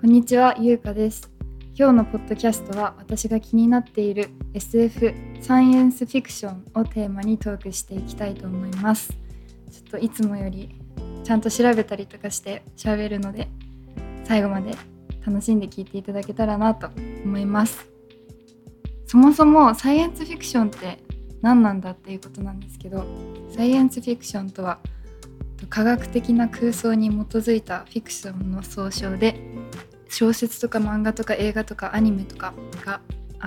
こんにちは、ゆうかです。今日のポッドキャストは私が気になっている SF サイエンスフィクションをテーマにトークしていきたいと思います。ちょっといつもよりちゃんと調べたりとかして喋るので、最後まで楽しんで聞いていただけたらなと思います。そもそもサイエンスフィクションって何なんだっていうことなんですけど、サイエンスフィクションとは科学的な空想に基づいたフィクションの総称で、小説とか漫画とか映画とかアニメとかが、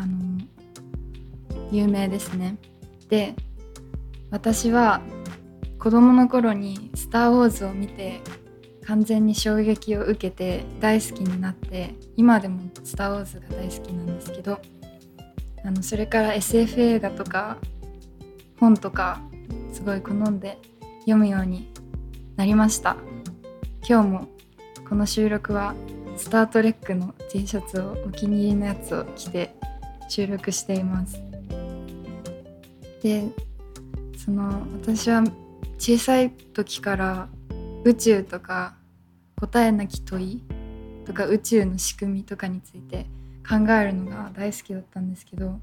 有名ですね。で、私は子供の頃にスターウォーズを見て完全に衝撃を受けて大好きになって、今でもスターウォーズが大好きなんですけど、それから SF 映画とか本とかすごい好んで読むようになりました。今日もこの収録はスタートレックの T シャツをお気に入りのやつを着て収録しています。で、私は小さい時から宇宙とか答えなき問いとか宇宙の仕組みとかについて考えるのが大好きだったんですけど、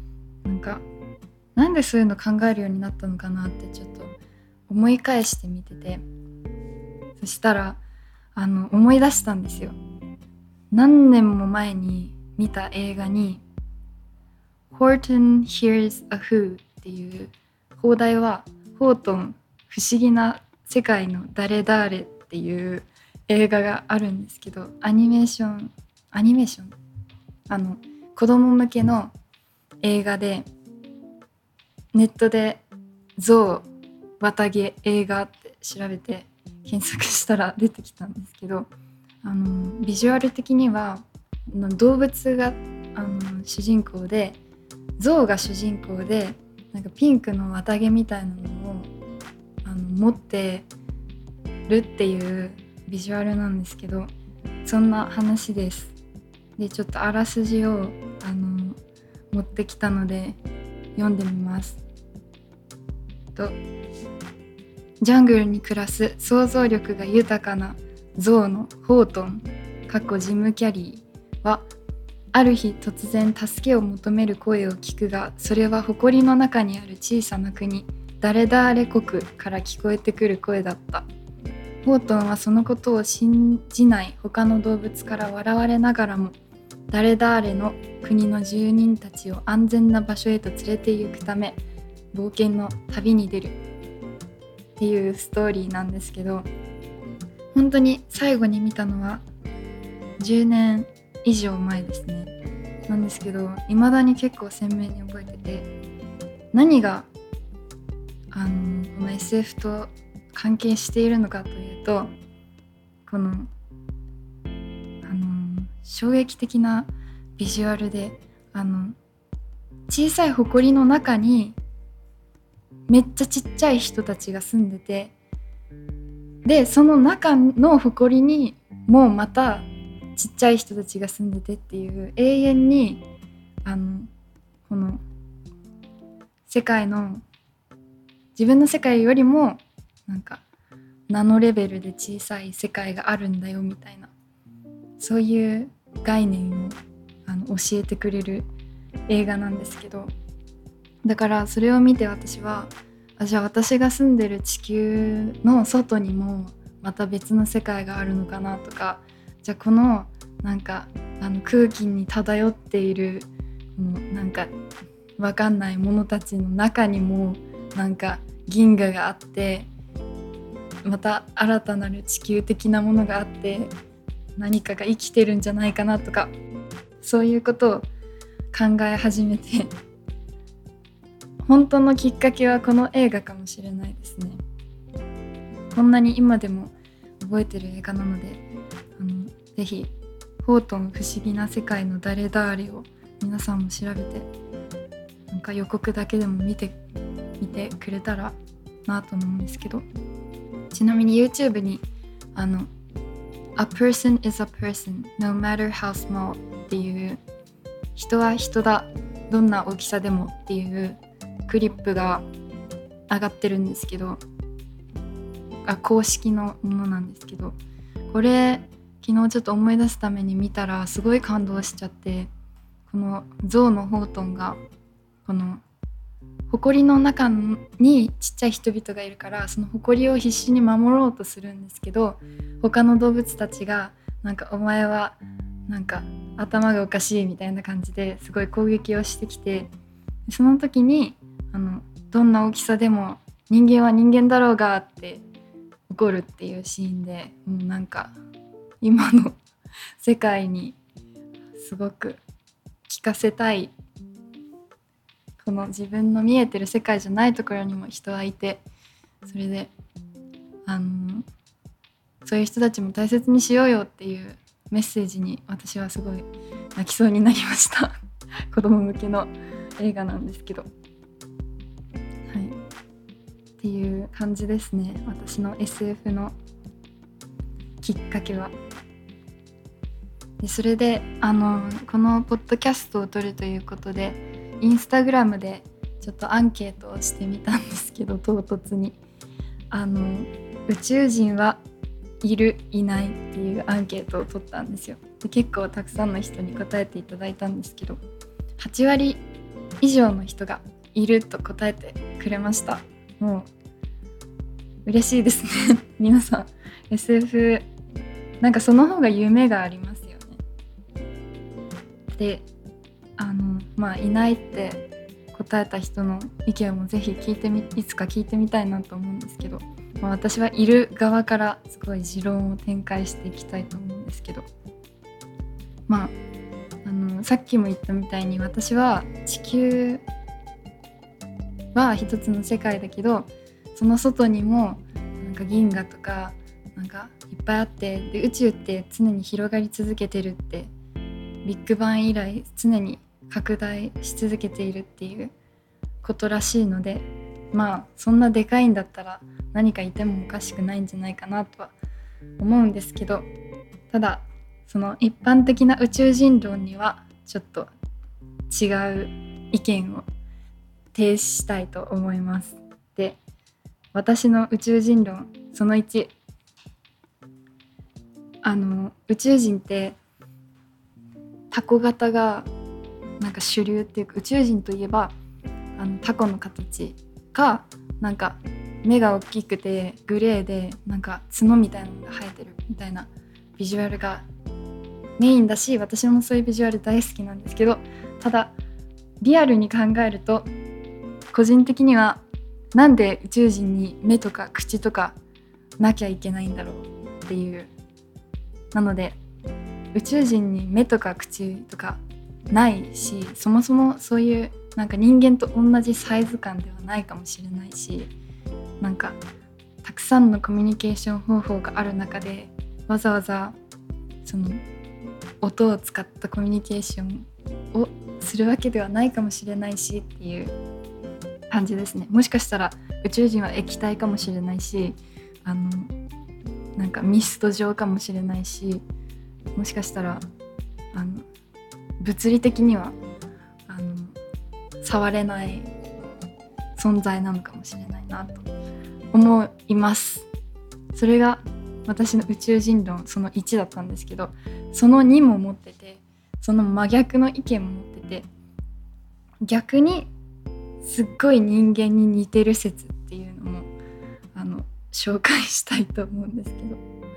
なんでそういうの考えるようになったのかなってちょっと思い返してみてて、そしたら思い出したんですよ。何年も前に見た映画に Horton Hears a Who っていう、邦題はホートン不思議な世界の誰々っていう映画があるんですけど、アニメーション子供向けの映画で、ネットで象綿毛映画って調べて検索したら出てきたんですけど、ビジュアル的には動物が主人公で、象が主人公で、ピンクの綿毛みたいなのを持ってるっていうビジュアルなんですけど、そんな話です。で、ちょっとあらすじを持ってきたので読んでみます。ジャングルに暮らす想像力が豊かなゾウのホートンジム・キャリーは、ある日突然助けを求める声を聞くが、それは埃の中にある小さな国誰々国から聞こえてくる声だった。ホートンはそのことを信じない他の動物から笑われながらも、誰々の国の住人たちを安全な場所へと連れて行くため冒険の旅に出るっていうストーリーなんですけど、本当に最後に見たのは10年以上前ですね。なんですけど、未だに結構鮮明に覚えてて、何がこの SF と関係しているのかというと、この衝撃的なビジュアルで、小さい埃の中にめっちゃちっちゃい人たちが住んでて、でその中の埃にもうまたちっちゃい人たちが住んでてっていう、永遠にこの世界の、自分の世界よりもナノレベルで小さい世界があるんだよみたいな、そういう概念を教えてくれる映画なんですけど、だからそれを見て私は、じゃあ私が住んでる地球の外にもまた別の世界があるのかなとか、じゃあこの空気に漂っているわかんないものたちの中にも銀河があって、また新たなる地球的なものがあって、何かが生きてるんじゃないかなとか、そういうことを考え始めて、本当のきっかけはこの映画かもしれないですね。こんなに今でも覚えてる映画なので、ぜひホートン不思議な世界の誰々を皆さんも調べて、予告だけでも見てみてくれたらなと思うんですけど、ちなみに YouTube にA person is a person no matter how small っていう、人は人だどんな大きさでもっていうクリップが上がってるんですけど、公式のものなんですけど、これ昨日ちょっと思い出すために見たらすごい感動しちゃって、このゾウのホートンがこの埃の中にちっちゃい人々がいるから、その埃を必死に守ろうとするんですけど、他の動物たちがなんかお前はなんか頭がおかしいみたいな感じですごい攻撃をしてきて、その時にどんな大きさでも人間は人間だろうがって怒るっていうシーンで、もうなんか今の世界にすごく聞かせたい、この自分の見えてる世界じゃないところにも人はいて、それでそういう人たちも大切にしようよっていうメッセージに私はすごい泣きそうになりました子供向けの映画なんですけど、はい、っていう感じですね。私の SF のきっかけは。でそれでこのポッドキャストを撮るということでインスタグラムでちょっとアンケートをしてみたんですけど、唐突に宇宙人はいるいないっていうアンケートを取ったんですよ。で結構たくさんの人に答えていただいたんですけど、8割以上の人がいると答えてくれました。もう嬉しいですね皆さん SF なんかその方が夢がありますよね。でいないって答えた人の意見もぜひいつか聞いてみたいなと思うんですけど、私はいる側からすごい持論を展開していきたいと思うんですけど、さっきも言ったみたいに私は地球は一つの世界だけど、その外にもなんか銀河とかなんかいっぱいあって、で宇宙って常に広がり続けてるって、ビッグバン以来常に拡大し続けているっていうことらしいので、そんなでかいんだったら何かいてもおかしくないんじゃないかなとは思うんですけど、ただその一般的な宇宙人論にはちょっと違う意見を提示したいと思います。で、私の宇宙人論その1、宇宙人ってタコ型がなんか主流っていうか、宇宙人といえばタコの形か、なんか目が大きくてグレーでなんか角みたいなのが生えてるみたいなビジュアルがメインだし、私もそういうビジュアル大好きなんですけど、ただリアルに考えると個人的にはなんで宇宙人に目とか口とかなきゃいけないんだろうっていう。なので宇宙人に目とか口とかないし、そもそもそういうなんか人間と同じサイズ感ではないかもしれないし、なんかたくさんのコミュニケーション方法がある中でわざわざその音を使ったコミュニケーションをするわけではないかもしれないしっていう感じですね。もしかしたら宇宙人は液体かもしれないし、なんかミスト状かもしれないし、もしかしたら物理的には触れない存在なのかもしれないなと思います。それが私の宇宙人論その1だったんですけど、その2も持ってて、その真逆の意見も持ってて、逆にすっごい人間に似てる説っていうのも紹介したいと思うんですけど、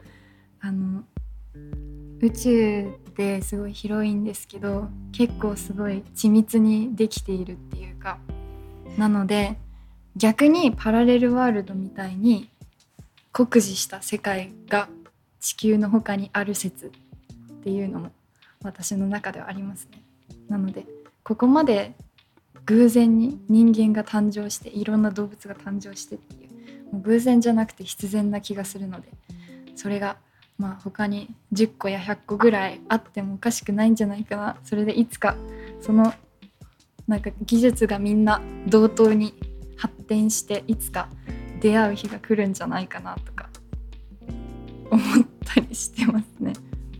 宇宙ってすごい広いんですけど、結構すごい緻密にできているっていうか、なので逆にパラレルワールドみたいに酷似した世界が地球の他にある説っていうのも私の中ではありますね。なのでここまで偶然に人間が誕生して、いろんな動物が誕生してっていう、もう偶然じゃなくて必然な気がするので、それが他に10個や100個ぐらいあってもおかしくないんじゃないかな。それでいつかそのなんか技術がみんな同等に発展して、いつか出会う日が来るんじゃないかなとか思ったりしてますね。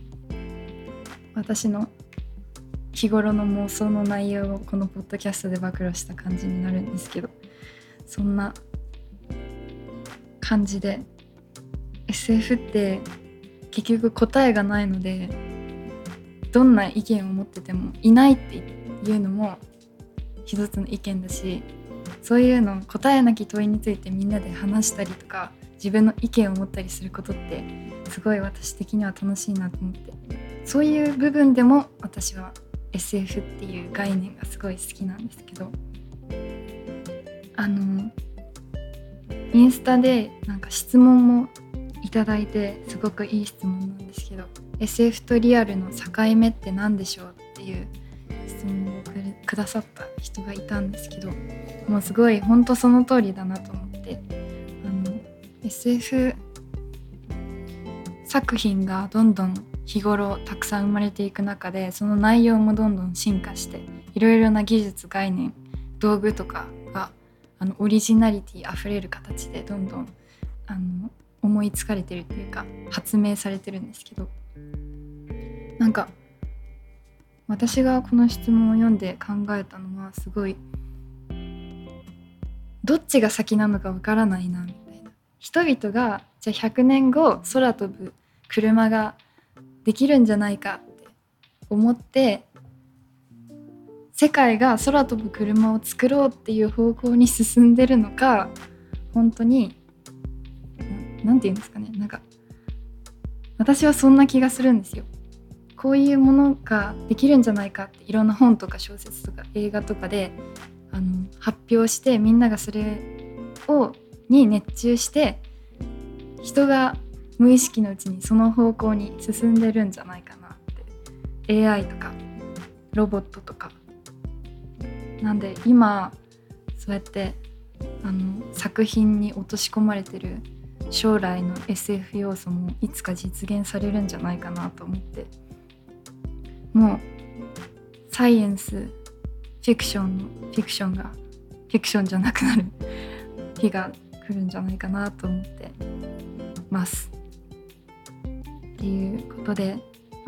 私の日頃の妄想の内容をこのポッドキャストで暴露した感じになるんですけど、そんな感じで SF って結局答えがないので、どんな意見を持っててもいないっていうのも一つの意見だし、そういうの答えなき問いについてみんなで話したりとか、自分の意見を持ったりすることってすごい私的には楽しいなと思って、そういう部分でも私は SF っていう概念がすごい好きなんですけど、インスタでなんか質問もいただいて、すごくいい質問なんですけど、 SF とリアルの境目って何でしょうっていう質問をくださった人がいたんですけど、もうすごい本当その通りだなと思って、SF 作品がどんどん日頃たくさん生まれていく中で、その内容もどんどん進化して、いろいろな技術、概念、道具とかがオリジナリティあふれる形でどんどん思いつかれてるっていうか発明されてるんですけど、なんか私がこの質問を読んで考えたのは、すごいどっちが先なのかわからないなみたいな。人々がじゃあ100年後空飛ぶ車ができるんじゃないかって思って、世界が空飛ぶ車を作ろうっていう方向に進んでるのか、本当になんて言うんですかね、なんか私はそんな気がするんですよ。こういうものができるんじゃないかって、いろんな本とか小説とか映画とかで発表して、みんながそれに熱中して、人が無意識のうちにその方向に進んでるんじゃないかなって。 AI とかロボットとかなんで、今そうやって作品に落とし込まれてる将来の SF 要素もいつか実現されるんじゃないかなと思って、もうサイエンスフィクションのフィクションがフィクションじゃなくなる日が来るんじゃないかなと思ってますっていうことで、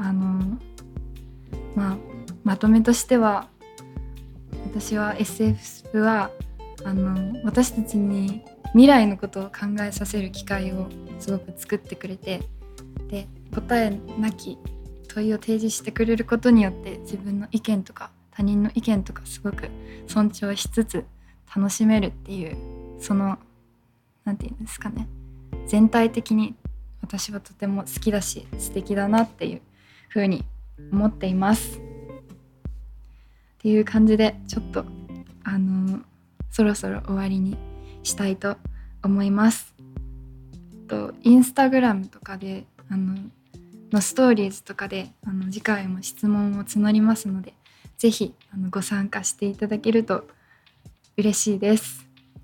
まとめとしては、私は SF は私たちに未来のことを考えさせる機会をすごく作ってくれて、で答えなき問いを提示してくれることによって、自分の意見とか他人の意見とかすごく尊重しつつ楽しめるっていう、そのなんていうんですかね、全体的に私はとても好きだし素敵だなっていう風に思っていますっていう感じで、ちょっとそろそろ終わりにしたいと思います。インスタグラムとかでのストーリーズとかで次回も質問を募りますので、ぜひご参加していただけると嬉しいです。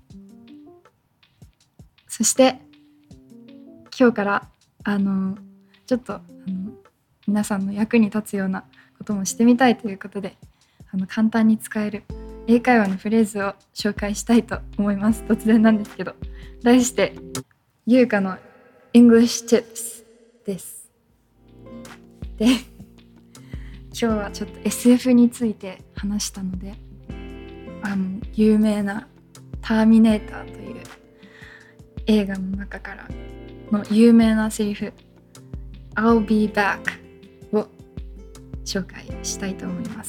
そして今日からちょっと皆さんの役に立つようなこともしてみたいということで、簡単に使える英会話のフレーズを紹介したいと思います。突然なんですけど、題して優香の English Tips です。で、今日はちょっと SF について話したので、有名なターミネーターという映画の中からの有名なセリフ I'll be back を紹介したいと思います。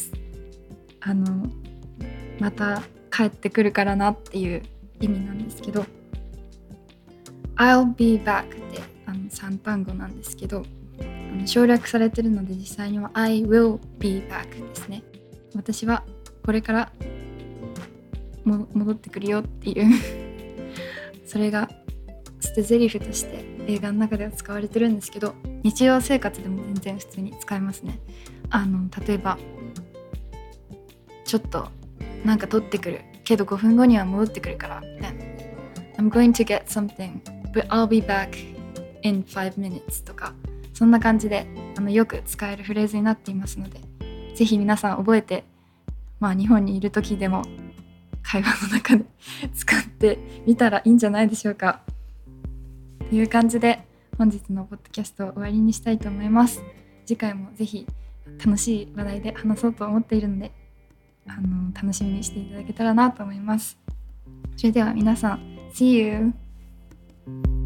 また帰ってくるからなっていう意味なんですけど、 I'll be back って3単語なんですけど、省略されてるので実際には I will be back ですね。私はこれから戻ってくるよっていうそれが捨て台詞として映画の中では使われてるんですけど、日常生活でも全然普通に使えますね。例えばちょっとなんか取ってくるけど5分後には戻ってくるからみたいな、 I'm going to get something but I'll be back in 5 minutes とか、そんな感じでよく使えるフレーズになっていますので、ぜひ皆さん覚えて、日本にいる時でも会話の中で使ってみたらいいんじゃないでしょうかという感じで、本日のポッドキャストを終わりにしたいと思います。次回もぜひ楽しい話題で話そうと思っているので、楽しみにしていただけたらなと思います。それでは皆さん See you!